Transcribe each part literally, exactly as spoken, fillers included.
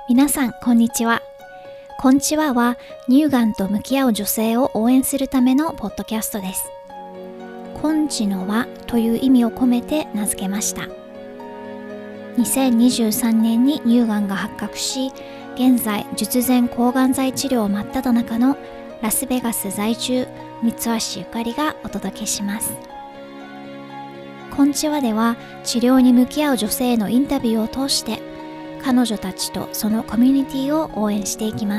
皆さん、こんにちは。こんちはは乳がんと向き合う女性を応援するためのポッドキャストです。こんちの輪という意味を込めて名付けました。にせんにじゅうさんねんに乳がんが発覚し、現在術前抗がん剤治療真っ只中のラスベガス在住三橋ゆかりがお届けします。こんちはでは治療に向き合う女性へのインタビューを通して彼女たちとそのコミュニティを応援していきます。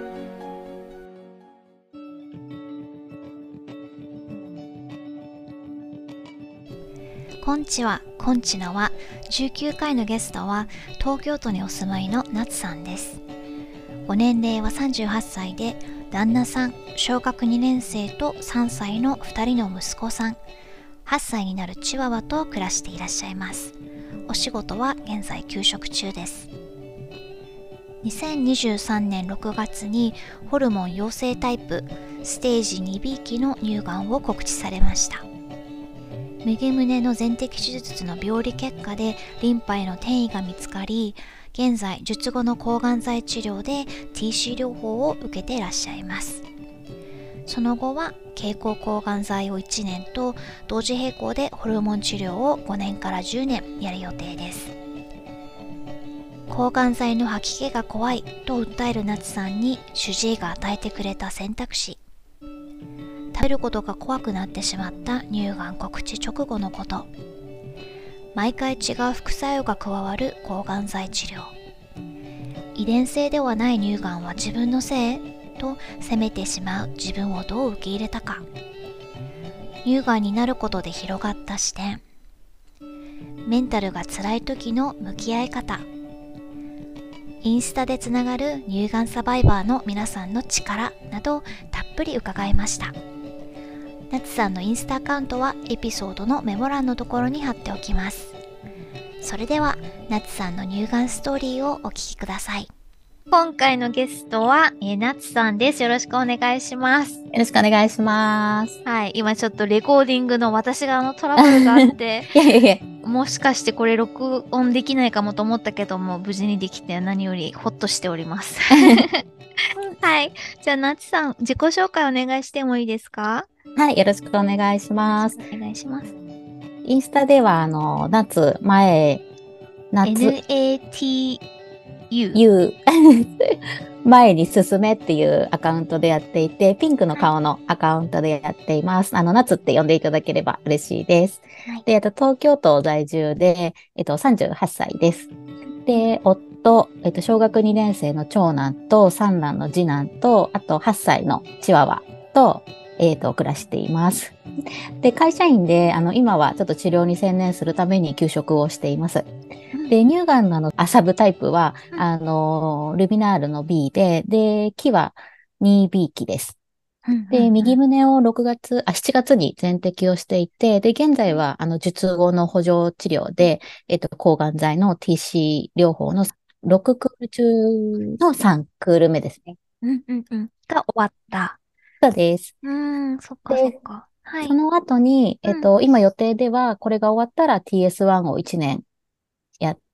こんちは、こんちのはじゅうきゅうかいのゲストは東京都にお住まいのなつさんです。ご年齢はさんじゅうはっさいで、旦那さん、小学にねん生とさんさいのふたりの息子さん、はっさいになるチワワと暮らしていらっしゃいます。お仕事は現在休職中です。にせんにじゅうさんねんろくがつにホルモン陽性タイプステージにビーきの乳がんを告知されました。右胸の全摘手術の病理結果でリンパへの転移が見つかり、現在術後の抗がん剤治療で ティーシー 療法を受けていらっしゃいます。その後は経口抗がん剤をいちねんと同時並行でホルモン治療をごねんからじゅうねんやる予定です。抗がん剤の吐き気が怖いと訴えるなつさんに主治医が与えてくれた選択肢、食べることが怖くなってしまった乳がん告知直後のこと、毎回違う副作用が加わる抗がん剤治療、遺伝性ではない乳がんは自分のせいと責めてしまう自分をどう受け入れたか、乳がんになることで広がった視点、メンタルが辛い時の向き合い方、インスタでつながる乳がんサバイバーの皆さんの力などたっぷり伺いました。なつさんのインスタアカウントはエピソードのメモ欄のところに貼っておきます。それではなつさんの乳がんストーリーをお聞きください。今回のゲストは、えー、なつさんです。よろしくお願いします。 よろしくお願いします。 はい、今ちょっとレコーディングの私側のトラブルがあって、 いやいやいや。 もしかしてこれ録音できないかもと思ったけども、無事にできて何よりホッとしております。はい。じゃあ、なつさん、自己紹介お願いしてもいいですか？ はい、よろしくお願いします。 お願いします。 インスタでは、あの、夏、前、夏、 エヌエーティーユー。 U 前に進めっていうアカウントでやっていて、ピンクの顔のアカウントでやっています。あの、夏って呼んでいただければ嬉しいです。 はい、 で、あと、東京都在住で、えっと、さんじゅうはっさいです。で、夫、えっと、小学にねん生の長男と、三男の次男と、あとはっさいのチワワと、えっと、暮らしています。で、会社員で、あの、今はちょっと治療に専念するために休職をしています。で、乳がんのあの、アサブタイプは、 うん、 あの、ルビナールの B で、で、期は にビー 期です。で、右胸をろくがつ、あ、しちがつに全摘をしていて、で、現在は、あの、術後の補助治療で、えっと、抗がん剤の ティーシー 療法のろくクール中のさんクール目ですね。 うんうんうん。が終わった。 そうです。 うーん、そっかそっで、 か。はい。 その後に、えっうん。 と、今予定では、これが終わったら ティーエスワン をいちねんやって、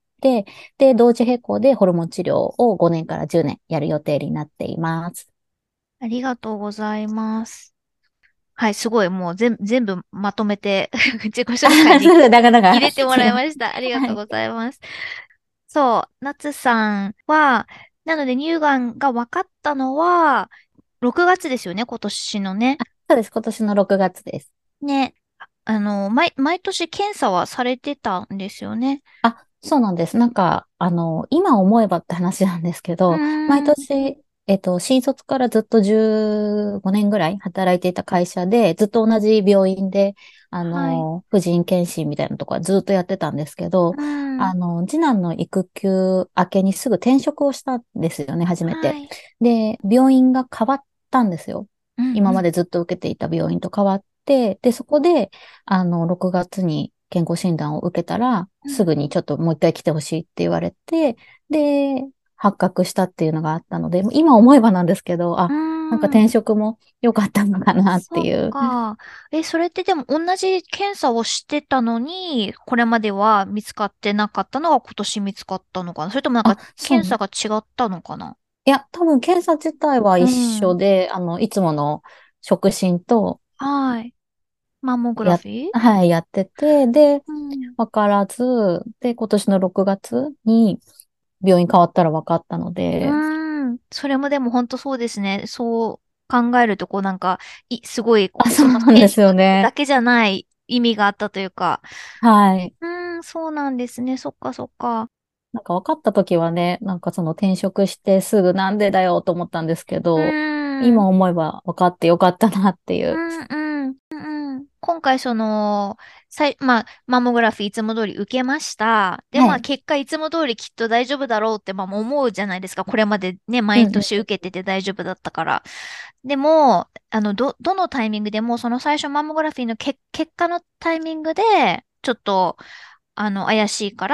で、同時並行でホルモン治療をごねんからじゅうねんやる予定になっています。 ありがとうございます。はい、すごい、もう全全部まとめて自己紹介になかなか、 入れてもすいまらいました。ありがせん。はい。 とうございます。そう、夏さんは、なので乳がんが分かったのは、ろくがつですよね、今年のね。 そうです。今年のろくがつです。 ね。あの、毎、毎年検査はされてたんですよね。 あ、そうなんです。なんか、あの、今思えばって話なんですけうど、毎ーん。 年、えっと、新卒からずっとじゅうごねんぐらい働いていた会社で、ずっと同じ病院で、あはい。 の、婦人検診みたいなとこはずっとやってたんですけど、 うん。 あの、次男の育休明けにすぐ転職をしたんですよね、初めて。 はい。 で、病院が変わったんですよ。 うんうん。 今までずっと受けていた病院と変わって、で、そこで、あの、ろくがつに健康診断を受けたら、 うん。 すぐにちょっともう一回来てほしいって言われて、で、発覚したっていうのがあったので、今思えばなんですけど、あ、 うーなんか転職も良かったのかなってそっいう。 か。え、それってでも同じ検査をしてたのに、これまでは見つかってなかったのが今年見つかったのかな？それともなんかあ、そう。 検査が違ったのかな？ いや、多分検査自体はう一緒ん。 で、あの、いつもの触診と、 はい。マンモグラや、 フィー。 はい、やってて、で、 うん。 わからず、で、今年のろくがつに病院変わったら分かったのうで、 ーん。それもでも本当そうですね。そう考えると、こうなんか、い、すごい、 あ、 そのそうなんです転職っよね。 てだけじゃない意味があったというか。 はい。 うーん、そうなんですね。そっかそっか。 なんか分かった時はね、なんかその転職してすぐなんでだよと思ったんですけうど、 ーん。 今思えば分かってよかったなっていう。 うんうん、うんうん。今回その、さい、まあ、マンモグラフィーいつも通り受けました。で、まあ、 はい。 結果いつも通りきっと大丈夫だろうって、まあ、思うじゃないですか。これまでね、 うんうん。 毎年受けてて大丈夫だったから。でも、あの、ど、どのタイミングでも、その最初マンモグラフィーのけ、結果のタイミングで、ちょっと、あの、怪しいから、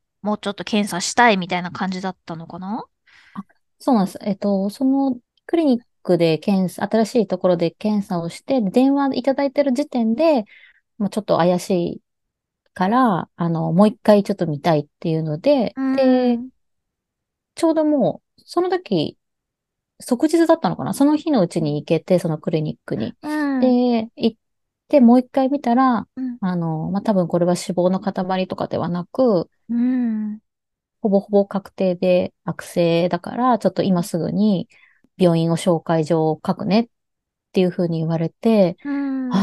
もうちょっと検査したいみたいな感じだったのかな？ あ、そうなんです。えっと、そのクリニックで検査、新しいところで検査をして、電話いただいてる時点で、まあ、ちょっと怪しいから、あの、もう一回ちょっと見たいっていうので、 うーで、 ん、 ちょうどもう、その時、即日だったのかな、その日のうちに行けて、そのクリニックに。 うん、 で、行って、もう一回見たら、 うん、 あの、まあ、多分これは脂肪の塊とかではなく、 うん、 ほぼほぼ確定で悪性だから、ちょっと今すぐに病院を紹介状を書くねっていうふうに言われて、 うん、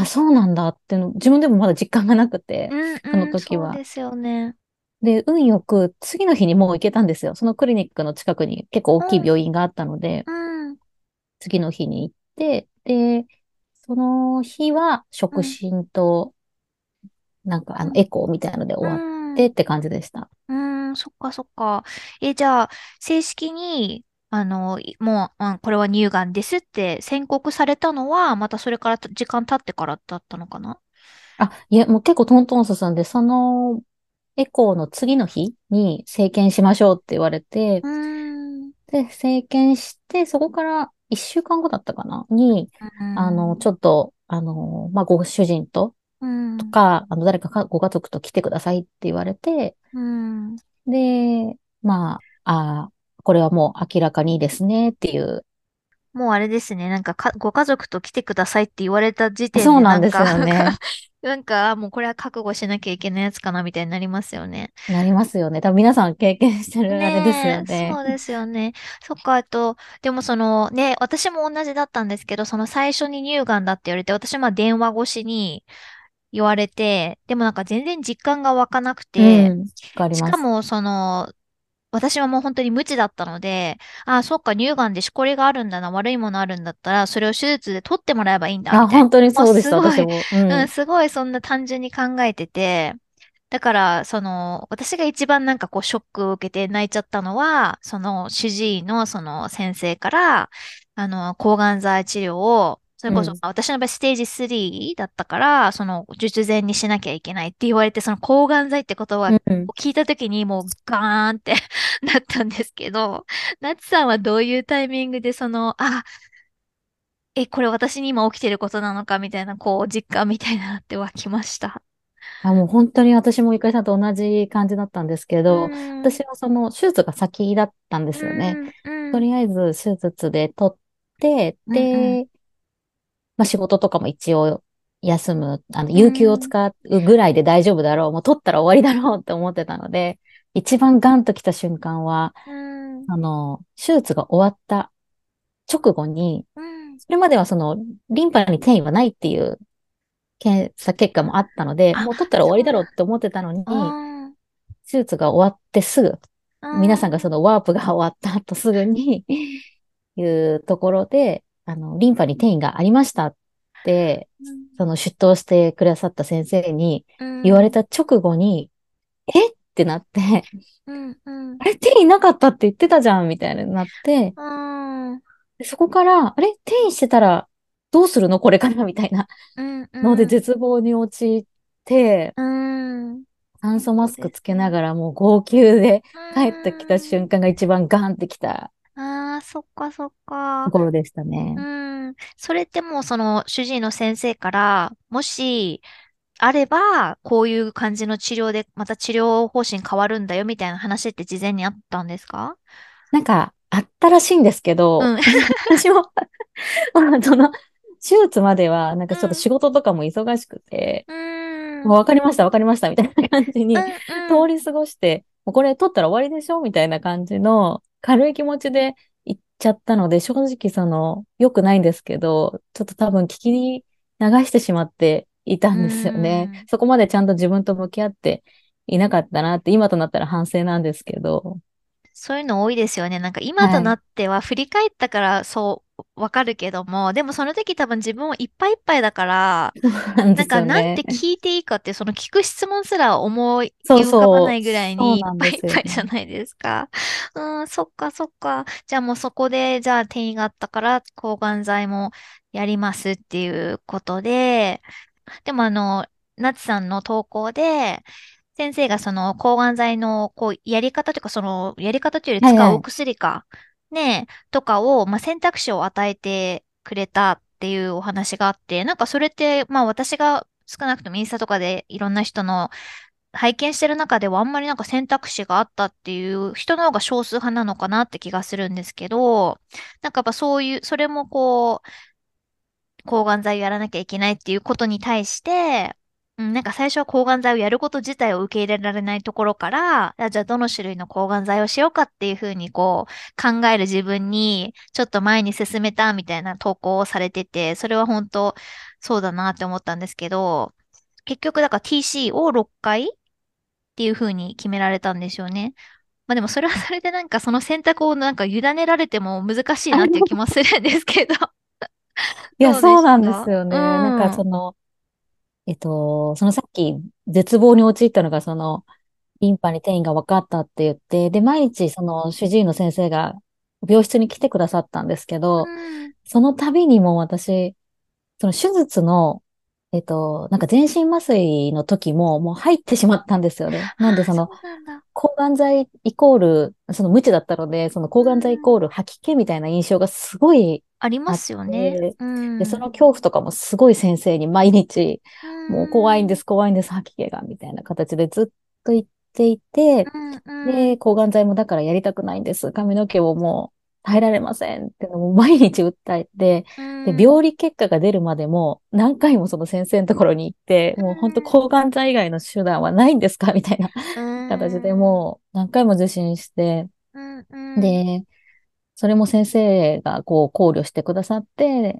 あ、そうなんだっていうの、自分でもまだ実感がなくて、 うんそのうん、 時は。 そうですよね。 で、運よく次の日にもう行けたんですよ。そのクリニックの近くに結構大きい病院があったので、 うん、うん、 次の日に行って、で、その日は触うん、 診と、なんかあの、 うん、 エコーみたいなので終わってって感じでした。 うん、うん、そっかそっか。え、じゃあ、正式に、あの、いもう、うん、これは乳がんですって宣告されたのは、またそれから時間経ってからだったのかな？ あ、いや、もう結構トントン進んで、そのエコーの次の日に生検しましょうって言われて、 うーん、 で、生検して、そこからいっしゅうかんごだったかなに、 うあの、 ん、 ちょっと、あの、まあ、ご主人と、 うん、 とか、あの、誰かかご家族と来てくださいって言われて、 うん。 で、まあ、あーこれはもう明らかにですねっていう。 もうあれですね。なんかか、ご家族と来てくださいって言われた時点そうなんですでなんか、 よね。 なんか、なんか、もうこれは覚悟しなきゃいけないやつかなみたいになりますよね。 なりますよね。多分皆さん経験してるあれですねえ、 よね。 そうですよね。そっか、あと、でもそのね、私も同じだったんですけど、その最初に乳がんだって言われて、私はまあ電話越しに言われて、でもなんか全然実感が湧かなくて、 うん、わかります。 しかもその、私はもう本当に無知だったので、ああ、そっか、乳がんでしこりがあるんだな、悪いものあるんだったら、それを手術で取ってもらえばいいんだ、 あ、 みたいな。 本当にもうそうでした、 すごい、 私も。ううん、 ん。 すごいそんな単純に考えてて、だから、その、私が一番なんかこうショックを受けて泣いちゃったのは、その主治医のその先生から、あの、抗がん剤治療を、それこそ、 うん。 まあ私の場合ステージスリーだったから、その、術前にしなきゃいけないって言われて、その抗がん剤って言葉をうん。 聞いた時にもうガーンってなったんですけど、ナツさんはどういうタイミングでその、あ、え、これ私に今起きてることなのかみたいな、こう、実感みたいなのって湧きました。 あ、もう本当に私もゆかりさんと同じ感じだったんですけうど、 ーん、 私はその手術が先だったんでうすよね。 ーん、うん、 とりあえず手術で取って、 うん、うん、 で、まあ、仕事とかも一応休む、あの、 う有給をん、 使うぐらいで大丈夫だろう、もう取ったら終わりだろうって思ってたので、一番ガンと来た瞬間は、 うん、 あの、手術が終わった直後に、 うん、 それまではその、リンパに転移はないっていう検査結果もあったので、 あ、 もう取ったら終わりだろうそうなん、 って思ってたのに、 あ手術が終わってすぐ、 ー、 皆さんがあそのワープが終わった後すぐにいうところで、あの、リンパに転移がありましたって、 ー、うん、 その出頭してくださった先生にうん、 言われた直後に、えってなって、 うん、うん、 あれ、転移なかったって言ってたじゃんみたいになって、 うん、うん、 でそこから、あれ、転移してたらどうするのこれからみたいなうん、 のでうん、 絶望に陥って、 うん、 酸素マそうスクつけなですね。 がらもう号泣でう帰ってきたーん。 瞬間が一番ガンってきたああ、そっかそっか。 ところでしたうね。 それってもうその主治医の先生から、もしあれば、こういう感じの治療で、また治療方針変わるんだよみたいな話って事前にあったんですか？ なんか、あったらしいんですけど、 うん。 私もまあその、手術までは、なんかちょっとうん。 仕事とかも忙しくて、 うーん。 もう分かりました、分かりました、みたいな感じにうんうん。 通り過ごして、もうこれ取ったら終わりでしょみたいな感じの軽い気持ちで行っちゃったので、正直その、良くないんですけど、ちょっと多分聞きに流してしまっていたうーんですよね。 ん。 そこまでちゃんと自分と向き合っていなかったなって、今となったら反省なんですけど、 そういうの多いですよね。なんか今とはい。 なっては振り返ったからそうわかるけども、でもその時多分自分はいっぱいいっぱいだから、 そうなんでなんかなんすよね。 て聞いていいかって、その聞く質問すら思いそう浮かばなそう、 いぐらいそうにいっなんですぱいいっぱいじゃよね。 ないですか。うーん、そっかそっか。じゃあもうそこで、じゃあ転移があったから抗がん剤もやりますっていうことで、でもあの、ナツさんの投稿で、先生がその抗がん剤のこうやり方というかそのやり方というより使うおはいはい。 薬か、ね、とかを、まあ、選択肢を与えてくれたっていうお話があって、なんかそれって、まあ私が少なくともインスタとかでいろんな人の拝見してる中ではあんまりなんか選択肢があったっていう人の方が少数派なのかなって気がするんですけど、なんかやっぱそういう、それもこう、抗がん剤をやらなきゃいけないっていうことに対して、うん、なんか最初は抗がん剤をやること自体を受け入れられないところから、あじゃあどの種類の抗がん剤をしようかっていうふうにこう考える自分にちょっと前に進めたみたいな投稿をされてて、それは本当そうだなって思ったんですけど、結局だから ティーシー をろっかいっていうふうに決められたんですよね。まあでもそれはそれでなんかその選択をなんか委ねられても難しいなっていう気もするんですけど、 いや、 どうでそうなんでした？ すようね。なんかん。 その、えっと、そのさっき絶望に陥ったのが、その、リンパに転移が分かったって言って、で、毎日その主治医の先生が病室に来てくださったんですけうど、 ん。 その度にも私、その手術の、えっと、なんか全身麻酔の時ももう入ってしまったんですよね。 ああ、 なんでそのそうなんだ。 抗がん剤イコール、その無知だったので、その抗がん剤イうん。 コール吐き気みたいな印象がすごいありまあっすよね。 て、 うで、そん。 の恐怖とかもすごい先生に毎日、 うもう怖いんでん。 す、怖いんです、吐き気が、みたいな形でずっと言っていて、 うん。うで、 ん。 抗がん剤もだからやりたくないんです。髪の毛をもう耐えられませんっていうのも毎日訴えて、 うで、 ん。 病理結果が出るまでも何回もその先生のところに行って、もう本当抗がん剤以外の手段はないんですかみたいなう形でん。 もう何回も受診して、 うん。うん。 で、それも先生がこう考慮してくださって、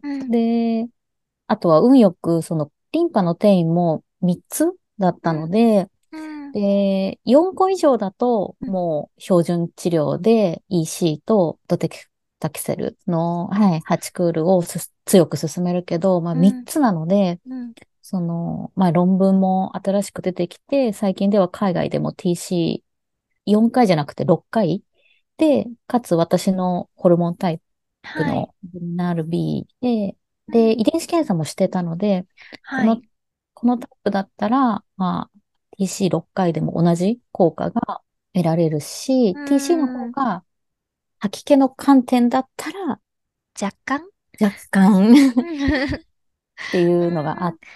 うん。 で、あとは運よくそのリンパの転移もみっつだったので、 うん。 で、よんこ以上だと、もう標準治療で イーシー とドテキタキセルの、はい、はちクールをす強く進めるけど、まあ3 うん。 つなので、 うん。 その、まあ論文も新しく出てきて、最近では海外でも ティーシーよんかいじゃなくてろっかいで、かつ私のホルモンタイプはい。 の エヌアールビー で、で、 うん。 遺伝子検査もしてたので、この、 はい。 このタイプだったら、まあ、ティーシーろっかいでも同じ効果が得られるし、 うティーシー の方ん。 が吐き気の観点だったら若干。 若干うっん。 ていうのがあって、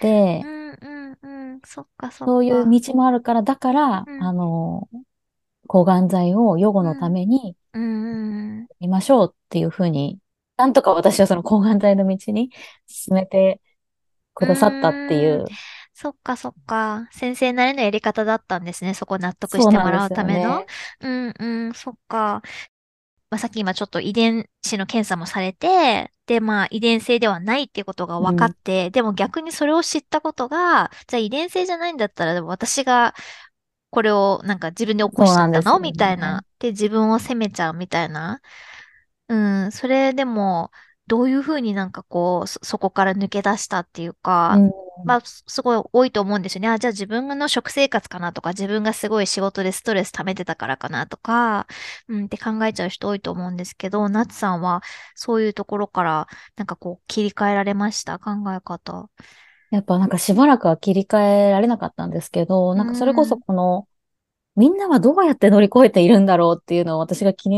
うん。うん。うん。そっかそっそういうか。 道もあるから、だから、 うん。 あの、抗がん剤を予後のたうん。 めにうん。うん。 見ましょうっていうふうに、なんとか私はその抗がん剤の道に進めてうくださったっていーん。 う、 そっかそっか。先生なりのやり方だったんですね。そこ納得してもらうそうなんですための。 よね。 うんうん、そっか。まあ、さっき今ちょっと遺伝子の検査もされて、で、まあ遺伝性ではないっていうことが分かっうん。 て、でも逆にそれを知ったことが、じゃあ遺伝性じゃないんだったら、でも私がこれをなんか自分で起こそうしちゃったのなんですよみたいな。 ね。 で、自分を責めちゃうみたいな。うん、それでも、どういうふうになんかこう、そ、そこから抜け出したっていうか、 うん。 まあ、すすごい多いと思うんですよね。あ、じゃあ自分の食生活かなとか、自分がすごい仕事でストレス溜めてたからかなとか、うんって考えちゃう人多いと思うんですけど、ナツさんはそういうところからなんかこう切り替えられました考え方？ やっぱなんかしばらくは切り替えられなかったんですけど、 うなんかそれこそん、 この、みんなはどうやって乗り越えているんだろうっていうのを私が気になっ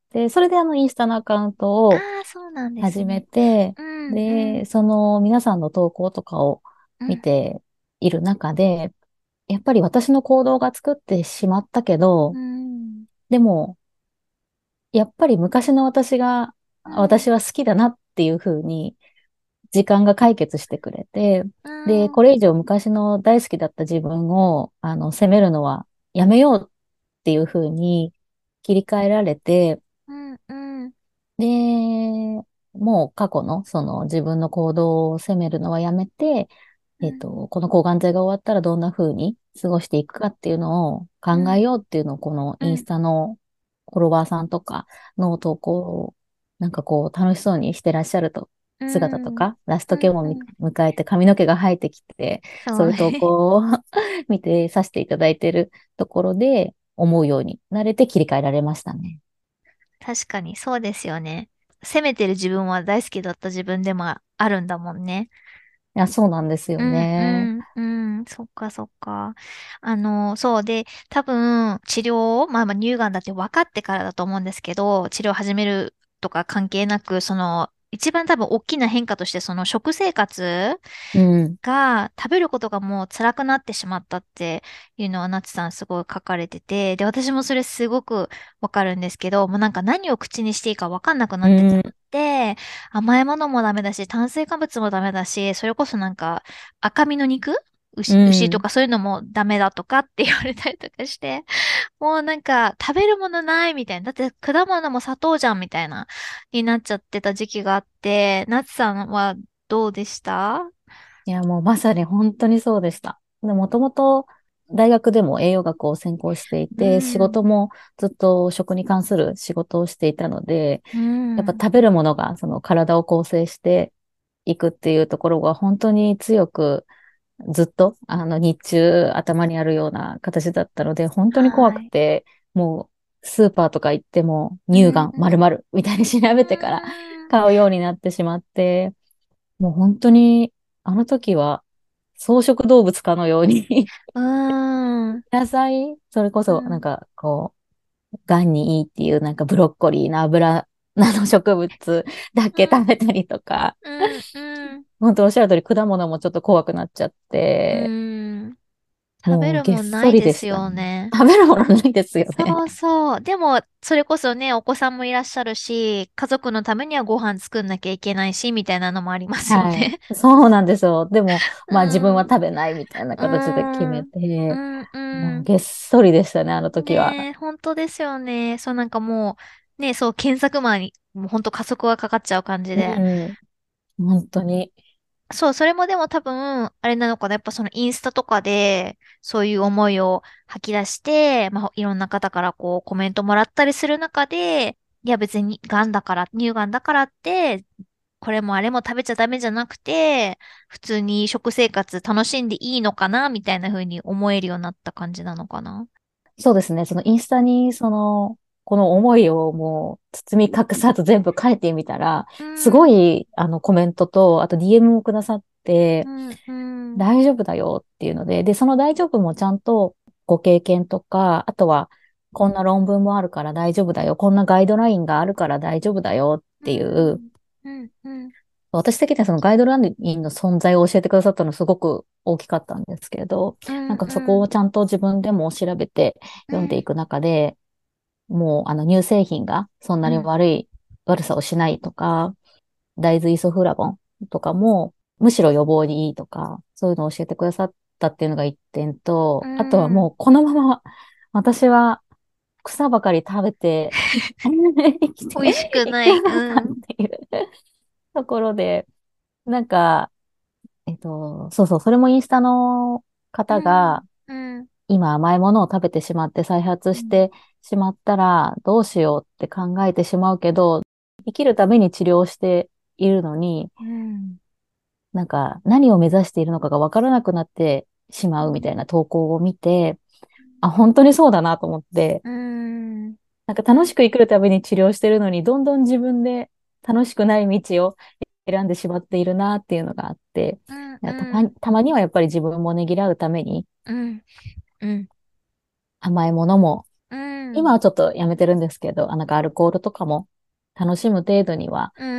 で、それであのインスタのアカウントをああ、そうなんです始めね。 て、 うんうで、 んその皆さんの投稿とかをうん見ている中で、やっぱり私の行動が作ってしまったけど、 うんでも、やっぱり昔の私が、 うん私は好きだなっていう風に時間が解決してくれて、 うで、 んこれ以上昔の大好きだった自分を、あの、責めるのはやめようっていう風に切り替えられて、 うんうんで、もう過去のその自分の行動を責めるのはやめて、 うんえっと、この抗がん剤が終わったらどんな風に過ごしていくかっていうのを考えうんようっていうのをこのインスうんタのフォロワーさんとかの投稿をなんかこう楽しそうにしてらっしゃるとう姿とんかラストケもみうん迎えて髪の毛が生えてきてそうそういう投ね。 稿を見てさせていただいてるところで思うようになれて切り替えられましたね。 確かにそうですよね。責めてる自分は大好きだった自分でもあるんだもんね。 いや、そうなんですようんね。 うんうん。そっかそっか。あの、そうで、多分治療を、まあまあ乳がんだって分かってからだと思うんですけど、治療を始めるとか関係なく、その、一番多分大きな変化として、その食生活うん。 が食べることがもう辛くなってしまったっていうのはナツさんすごい書かれてて、で、私もそれすごくわかるんですけど、もうなんか何を口にしていいかわかんなくなってちゃっうん。 て、甘いものもダメだし、炭水化物もダメだし、それこそなんか赤身の肉う牛、牛とん。 かそういうのもダメだとかって言われたりとかして、もうなんか食べるものないみたいな。だって果物も砂糖じゃんみたいな、になっちゃってた時期があって、ナツさんはどうでした？ いや、もうまさに本当にそうでした。で、もともと大学でも栄養学を専攻していうて、仕ん。 事もずっと食に関する仕事をしていたので、 うん。 やっぱ食べるものがその体を構成していくっていうところが本当に強くずっとあの日中頭にあるような形だったので、本当に怖はい。 くて、もうスーパーとか行っても乳がうん。 ん〇〇みたいに調べてから買うようになってしまって、もう本当に、あの時は、草食動物かのようにうん。うん。 野菜、それこそ、なんうん。 か、こう、がんにいいっていう、なんかブロッコリーの油なの植物だけ食べたりとか、 うん。うん。 本当おっしゃる通り、果物もちょっと怖くなっちゃっうて、 ん。食べもうげっるもんなそりいですでしたね。 よね。 食べるものないですよね。 そうそう。でも、それこそね、お子さんもいらっしゃるし、家族のためにはご飯作んなきゃいけないし、みたいなのもありますよはい。 ね。 そうなんですよ。でも、 うまあ自分はん。 食べないみたいなう形で決めん。うて、 ん。うん。 もうげっそりでしたね、あの時は。 ねえ、本当ですよね。そうなんかもう、ね、そう、検索マンに、もう本当加速がかかっちゃう感じうで。 ん。本当に。 そう、それもでも多分、あれなのかな。やっぱそのインスタとかで、そういう思いを吐き出して、まあ、いろんな方からこうコメントもらったりする中で、いや別に癌だから、乳がんだからって、これもあれも食べちゃダメじゃなくて、普通に食生活楽しんでいいのかな、みたいな風に思えるようになった感じなのかな。 そうですね。そのインスタに、その、この思いをもう包み隠さず全部書いてみたら、 うすごん、 い、あの、コメントと、あと ディーエム もくださって、 うん、うん、 大丈夫だよっていうので、で、その大丈夫もちゃんとご経験とか、あとは、こんな論文もあるから大丈夫だよ。こんなガイドラインがあるから大丈夫だよっうていう、 ん、うん、うん、 私的にはそのガイドラインの存在を教えてくださったのすごく大きかったんですけれど、 うん、 なんかそうん、 こをちゃんと自分でも調べてうん、 読んでいく中で、もうあの乳製品がそんなにうん、 悪い、悪さをしないとか、大豆イソフラボンとかもむしろ予防にいいとか、そういうのを教えてくださったっていうのが一点うと、あとはもん。 うこのまま私は草ばかり食べて生きて美味しくいない。 けなあかんっうん。 ていうところで、なんか、えっと、そうそう、それもインスタのうん。 方が、 うん。 今甘いものを食べてしまって再発うん。 してしまったらどうしようって考えてしまうけど、生きるために治療しているのに、 うん。 なんか何を目指しているのかがわからなくなってしまうみたいな投稿を見て、あ、本当にそうだなと思って、 うん。 なんか楽しく生きるために治療してるのに、どんどん自分で楽しくない道を選んでしまっているなっていうのがあって、 うん。 いやたま、 うん。 たまにはやっぱり自分もねぎらうためにうん。うん。 甘いものもうん。 今はちょっとやめてるんですけど、あ、なんかアルコールとかも楽しむ程度にはうん。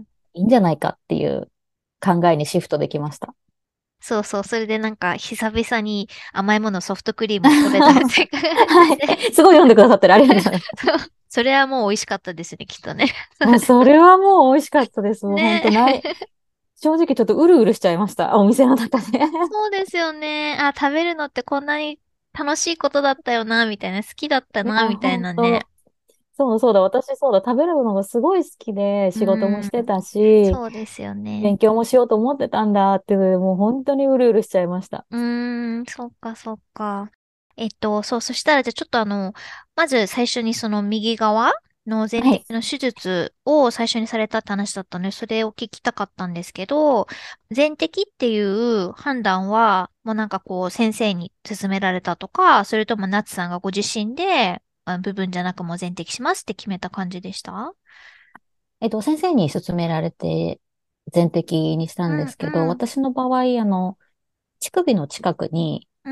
いいんじゃないかっていう考えにシフトできました。 そうそう。それでなんか、久々に甘いものソフトクリームを食べたって考えてはい。 て。 すごい読んでくださってる。ありがとうございます。 そう。それはもう美味しかったですね、きっとね。 もうそれはもう美味しかったです。もう本当ない。 ね。 正直ちょっとうるうるしちゃいました。お店の中で。 そうですよね。あ、食べるのってこんなに楽しいことだったよな、みたいな、好きだったいや、 な、みたいなね。 本当。そうそうだ。私そうだ。食べるのがすごい好きでう仕事もん。 してたし、 そうですよね。 勉強もしようと思ってたんだっていうので、もう本当にうるうるしちゃいました。 うーん、そっかそっか。えっと、そう、そしたらじゃあちょっとあの、まず最初にその右側の全はい。 摘の手術を最初にされたって話だったので、それを聞きたかったんですけど、全摘っていう判断は、もうなんかこう先生に勧められたとか、それともナツさんがご自身で、あ部分じゃなくもう全摘しますって決めた感じでした？ えっと、先生に勧められて全摘にしたんでうんすけど、 うん。 私の場合、あの、乳首の近くにうん。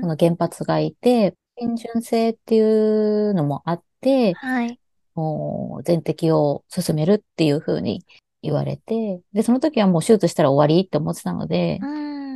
その原発がいて、浸潤性っていうのもあって、 はい。 もう全摘を進めるっていうふうに言われて、で、その時はもう手術したら終わりって思ってたので、 うん。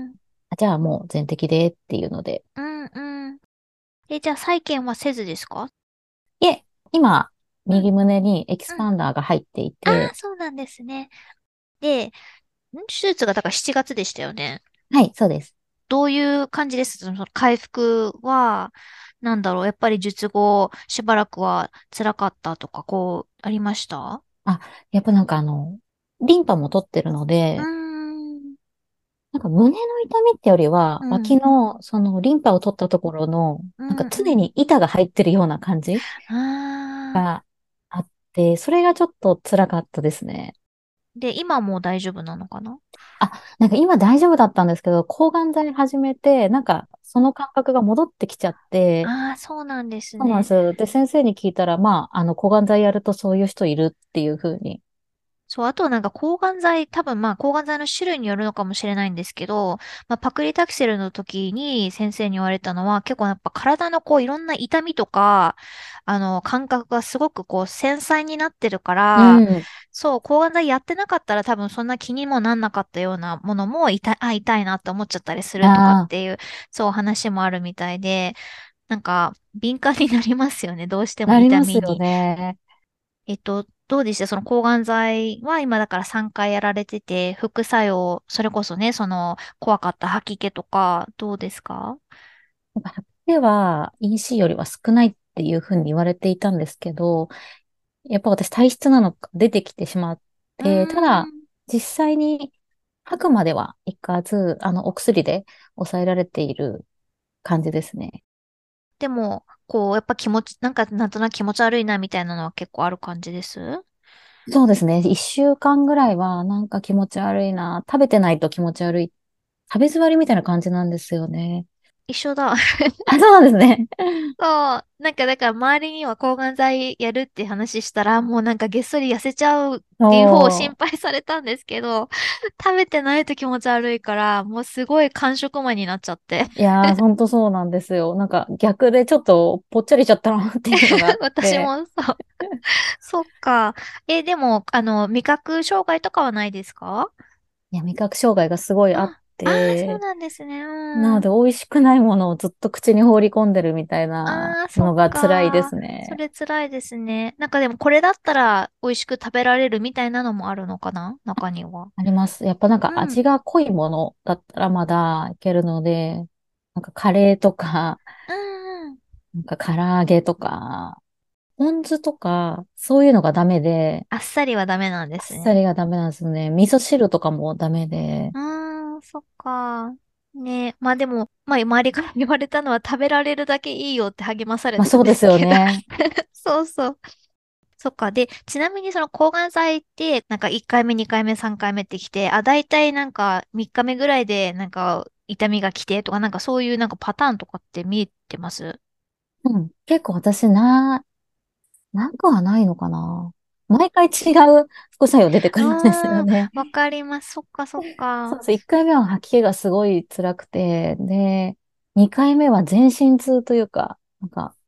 あじゃあもう全摘でっていうので、 うんうん。え、じゃあ再建はせずですか？ いえ、今、 うん。 右胸にエキスうん。 パンダーが入っていああ、 て、 そうなんですね。で、ん手術がだからしちがつでしたよね。 はい、そうです。 どういう感じですその回復は、なんだろう、やっぱり術後しばらくは辛かったとか、こう、ありました？ あ、やっぱなんかあの、リンパも取ってるのうーで、 ん。 なんか胸の痛みってよりは、 うん。 脇のそのリンパを取ったところの、なんかうんうん。 常に板が入ってるような感じああ。 があって、それがちょっと辛かったですね。 で、今もう大丈夫なのかな？ あ、なんか今大丈夫だったんですけど、抗がん剤始めて、なんかその感覚が戻ってきちゃって、 ああー、そうなんですね。 そうなんです。で、先生に聞いたら、まあ、あの、抗がん剤やるとそういう人いるっていうふうに。 そう、あとはなんか抗がん剤、多分まあ抗がん剤の種類によるのかもしれないんですけど、まあ、パクリタキセルの時に先生に言われたのは結構やっぱ体のこういろんな痛みとか、あの感覚がすごくこう繊細になってるかうら、 ん。 そう、抗がん剤やってなかったら多分そんな気にもなんなかったようなものも痛い、あ、痛いなって思っちゃったりするとかっああ、 ていう、そう話もあるみたいで、なんか敏感になりますよね、どうしてもなりますよ痛みに。 ね。 えっと、どうでしたその抗がん剤は今だからさんかいやられてて、副作用、それこそね、その怖かった吐き気とか、どうですか？ なんかでは イーシー よりは少ないっていうふうに言われていたんですけど、やっぱ私体質なのか出てきてしまっうーて、ただん。 実際に吐くまではいかず、あの、お薬で抑えられている感じですね。 でも、こう、やっぱ気持ち、なんかなんとなく気持ち悪いなみたいなのは結構ある感じです？ そうですね。一週間ぐらいはなんか気持ち悪いな。食べてないと気持ち悪い。食べ詰まりみたいな感じなんですよね。 一緒だ。 あ、そうなんですね。 そう。なんか、だから周りには抗がん剤やるって話したら、もうなんかげっそり痩せちゃうっていう方を心そ配されたんですけど、食べてないと気持ち悪いから、もうすごい間食魔になっちゃって。 う。いやー、ほんとそうなんですよ。なんか逆でちょっとぽっちゃりしちゃったなっていうのがあっ私て。 もそう。そっか。え、でも、あの、味覚障害とかはないですか？ いや、味覚障害がすごいあっあ、あー、そうて、 なんですね。うん。 なので美味しくないものをずっと口に放り込んでるみたいなああ、そっのが辛いでか。 すね。 それ辛いですね。なんかでもこれだったら美味しく食べられるみたいなのもあるのかな中には。 あります。やっぱなんかうん。 味が濃いものだったらまだいけるので、なんかカレーとか、 うんうん。 なんか唐揚げとか、ポン酢とか、そういうのがダメで、 あっさりはダメなんであっすね。 さりがダメなんですね。味噌汁とかもダメで。 うーん、そっか。ねまあでも、まあ周りから言われたのは食べられるだけいいよって励まされたんまあそうですですけど。 よね。 そうそう。そっか。で、ちなみにその抗がん剤って、なんかいっかいめ、にかいめ、さんかいめってきて、あ、だいたいなんかみっかめぐらいでなんか痛みが来てとか、なんかそういうなんかパターンとかって見えてます？ うん。結構私な、なくはないのかな。毎回違う副作用出てくるんですよああね。 ー、わかります。そっかそっか。 そうです。いっかいめは吐き気がすごい辛くて、で、にかいめは全身痛というか、なんか、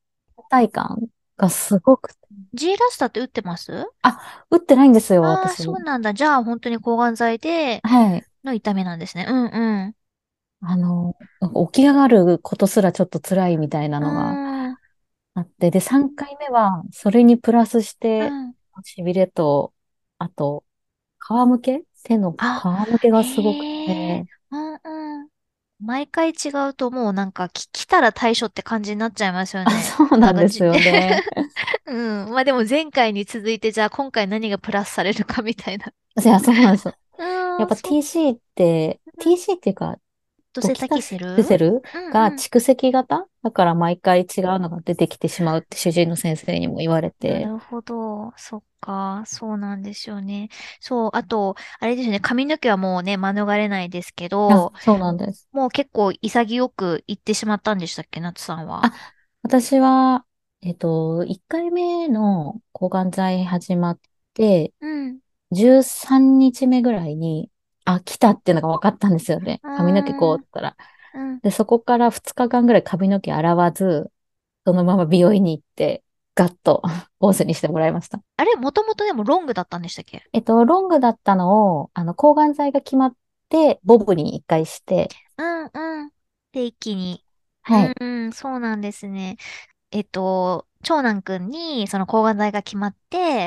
体感がすごく、 G ラスタって打ってます？ あ、打ってないんですよ、 ああー、 私。 そうなんだ。じゃあ、本当に抗がん剤ではい。 の痛みなんですね。うんうん。 あの、なんか起き上がることすらちょっと辛いみたいなうのがーん。 あって、で、さんかいめは、それにプラスして、 うん。 痺れと、あと、皮むけ手のあ、 皮むけがすごくへえ。 て、 うんうん。毎回違うともうなんかき来たら対処って感じになっちゃいますよあ、 ね。 そうなんですあのじ、 よね。 うん。まあでも前回に続いてじゃあ今回何がプラスされるかみたいな。 いや、そうなんですよ。 うーん、 やっぱそっティーシー って、 か。 ティーシー っていうか、 ドセタドキタキセル？ セルうんうん。 が蓄積型だから毎回違うのが出てきてしまうって主治医の先生にも言われて。 なるほど。そっか。そうなんですよね。そう。あと、あれですよね。髪の毛はもうね、免れないですけあ、 ど、 そうなんです。 もう結構潔く言ってしまったんでしたっけ、夏さんは。 あ、私は、えっと、いっかいめの抗がん剤始まって、 うん。 じゅうさんにちめぐらいに、あ、来たっていうのが分かったんですよね。 う髪の毛こうーん。 って言ったら。 うん。 で、そこからふつかかんぐらい髪の毛洗わず、そのまま美容院に行って、ガッと坊主にしてもらいました。 あれ、もともとでもロングだったんでしたっけ？ えっと、ロングだったのを、あの、抗がん剤が決まって、ボブに一回して、 うんうん。で、一気に。 はい。 うんうん、そうなんですね。えっと、長男くんにその抗がん剤が決まって、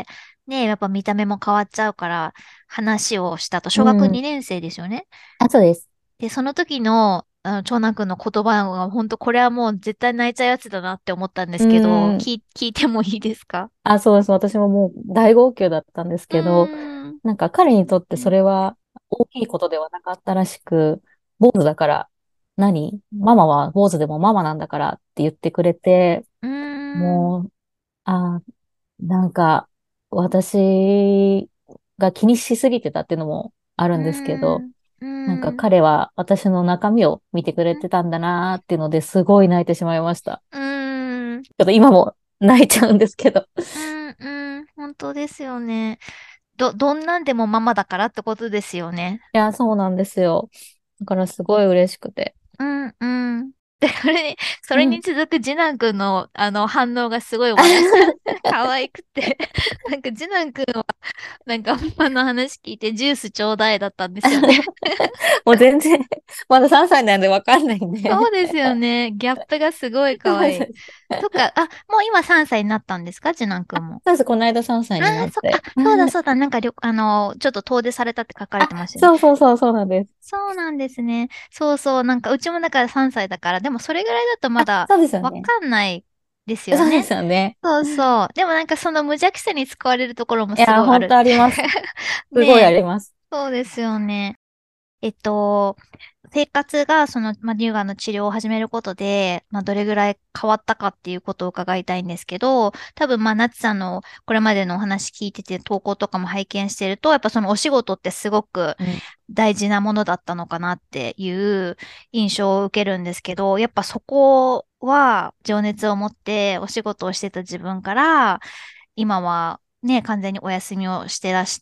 ね、やっぱ見た目も変わっちゃうから話をしたと。小学うん。 にねん生ですよね。 あ、そうです。 で、その時の、あの長男くんの言葉が本当これはもう絶対泣いちゃうやつだなって思ったんでうすけど、 ん。 聞い、聞いてもいいですか？ あ、そうです。私ももう大号泣だったんですうけど、 ーん。 なんか彼にとってそうん。 れは大きいことではなかったらしく、坊主だから、何ママは坊主でもママなんだからって言ってくれて、 うーん。 もう、あ、なんか、私が気にしすぎてたっていうのもあるうーんですけど、 ん。うなんかーん。 彼は私の中身を見てくれてたんだなーっていうのですごい泣いてしまいました。 うーん。 ちょっと今も泣いちゃうんですけど。 うん。うん。本当ですよね。ど、どんなんでもママだからってことですよね。 いや、そうなんですよ。だからすごい嬉しくて。 うんうん。で、それに、それにうん。 続く次男くんの、あの、反応がすごい笑っちゃう。可愛くて。なんか次男くんは、なんか、ママの話聞いてジュースちょうだいだったんですよね。 もう全然、まださんさいなんでわかんないんで。 そうですよね。ギャップがすごい可愛い。 そうです。 とか、あ、もう今さんさいになったんですか、次男くんも。 そうです。この間さんさいあになあ、そっか。あ、 って。 そうだそうだ。なんかりょ、あの、ちょっと遠出されたって書かれあ、 てましたよね。 そうそうそう、そうなんです。 そうなんですね。そうそう。なんか、うちもだからさんさいだから、でもそれぐらいだとまだそうですよね。 わかんないですよね。 そうですよね。 そうそう。でもなんかその無邪気さに使われるところもいや、 すごいある。 本当あります。すごいあねえ。 ります。 そうですよね。えっと、生活がその、まあ、乳がんの治療を始めることで、まあ、どれぐらい変わったかっていうことを伺いたいんですけど、多分、まあ、ナツさんのこれまでのお話聞いてて、投稿とかも拝見してると、やっぱそのお仕事ってすごくうん。 大事なものだったのかなっていう印象を受けるんですけど、やっぱそこは情熱を持ってお仕事をしてた自分から、今はね、完全にお休みをしてらして、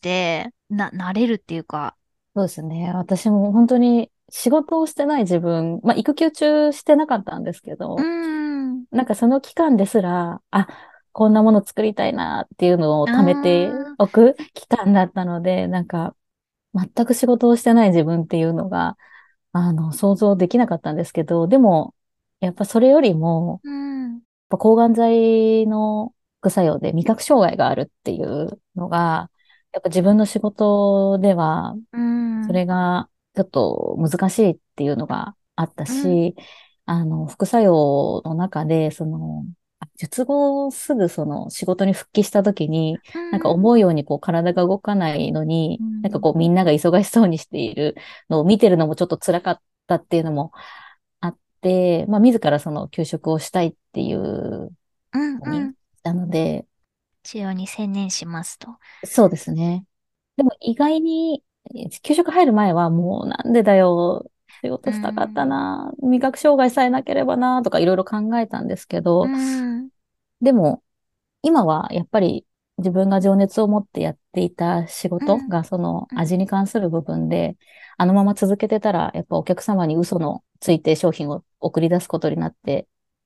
な、慣れるっていうか、 そうですね。私も本当に仕事をしてない自分、まあ、育休中してなかったんですけうーど、 ん、 なんかその期間ですら、あ、こんなもの作りたいなっていうのをあ貯めてー、 おく期間だったので、なんか全く仕事をしてない自分っていうのが、あの、想像できなかったんですけど、でも、やっぱそれよりも、 うん、 ぱ抗がん剤の副作用で味覚障害があるっていうのが、やっぱ自分の仕事では、 うん、 それがちょっと難しいっていうのがあったうん、 し、あの、副作用の中で、その、あ術後すぐその仕事に復帰した時に、 うなんかん、 思うようにこう体が動かないのに、 うん、 なんかこうみんなが忙しそうにしているのを見てるのもちょっと辛かったっていうのもあって、まあ自らその休職をしたいっていううん、 のにしうん。 たので、 治療に専念しますと。 そうですね。でも意外に、えー給食入る前はもうなんでだよ、仕う事したかったん、 な、味覚障害さえなければな、とかいろいろ考えたんですけうど、 ん、 でも今はやっぱり自分が情熱を持ってやっていた仕うん、 事がそのうん、 味に関する部分で、あのまま続けてたら、やっぱお客様に嘘のついて商品を送り出すことになって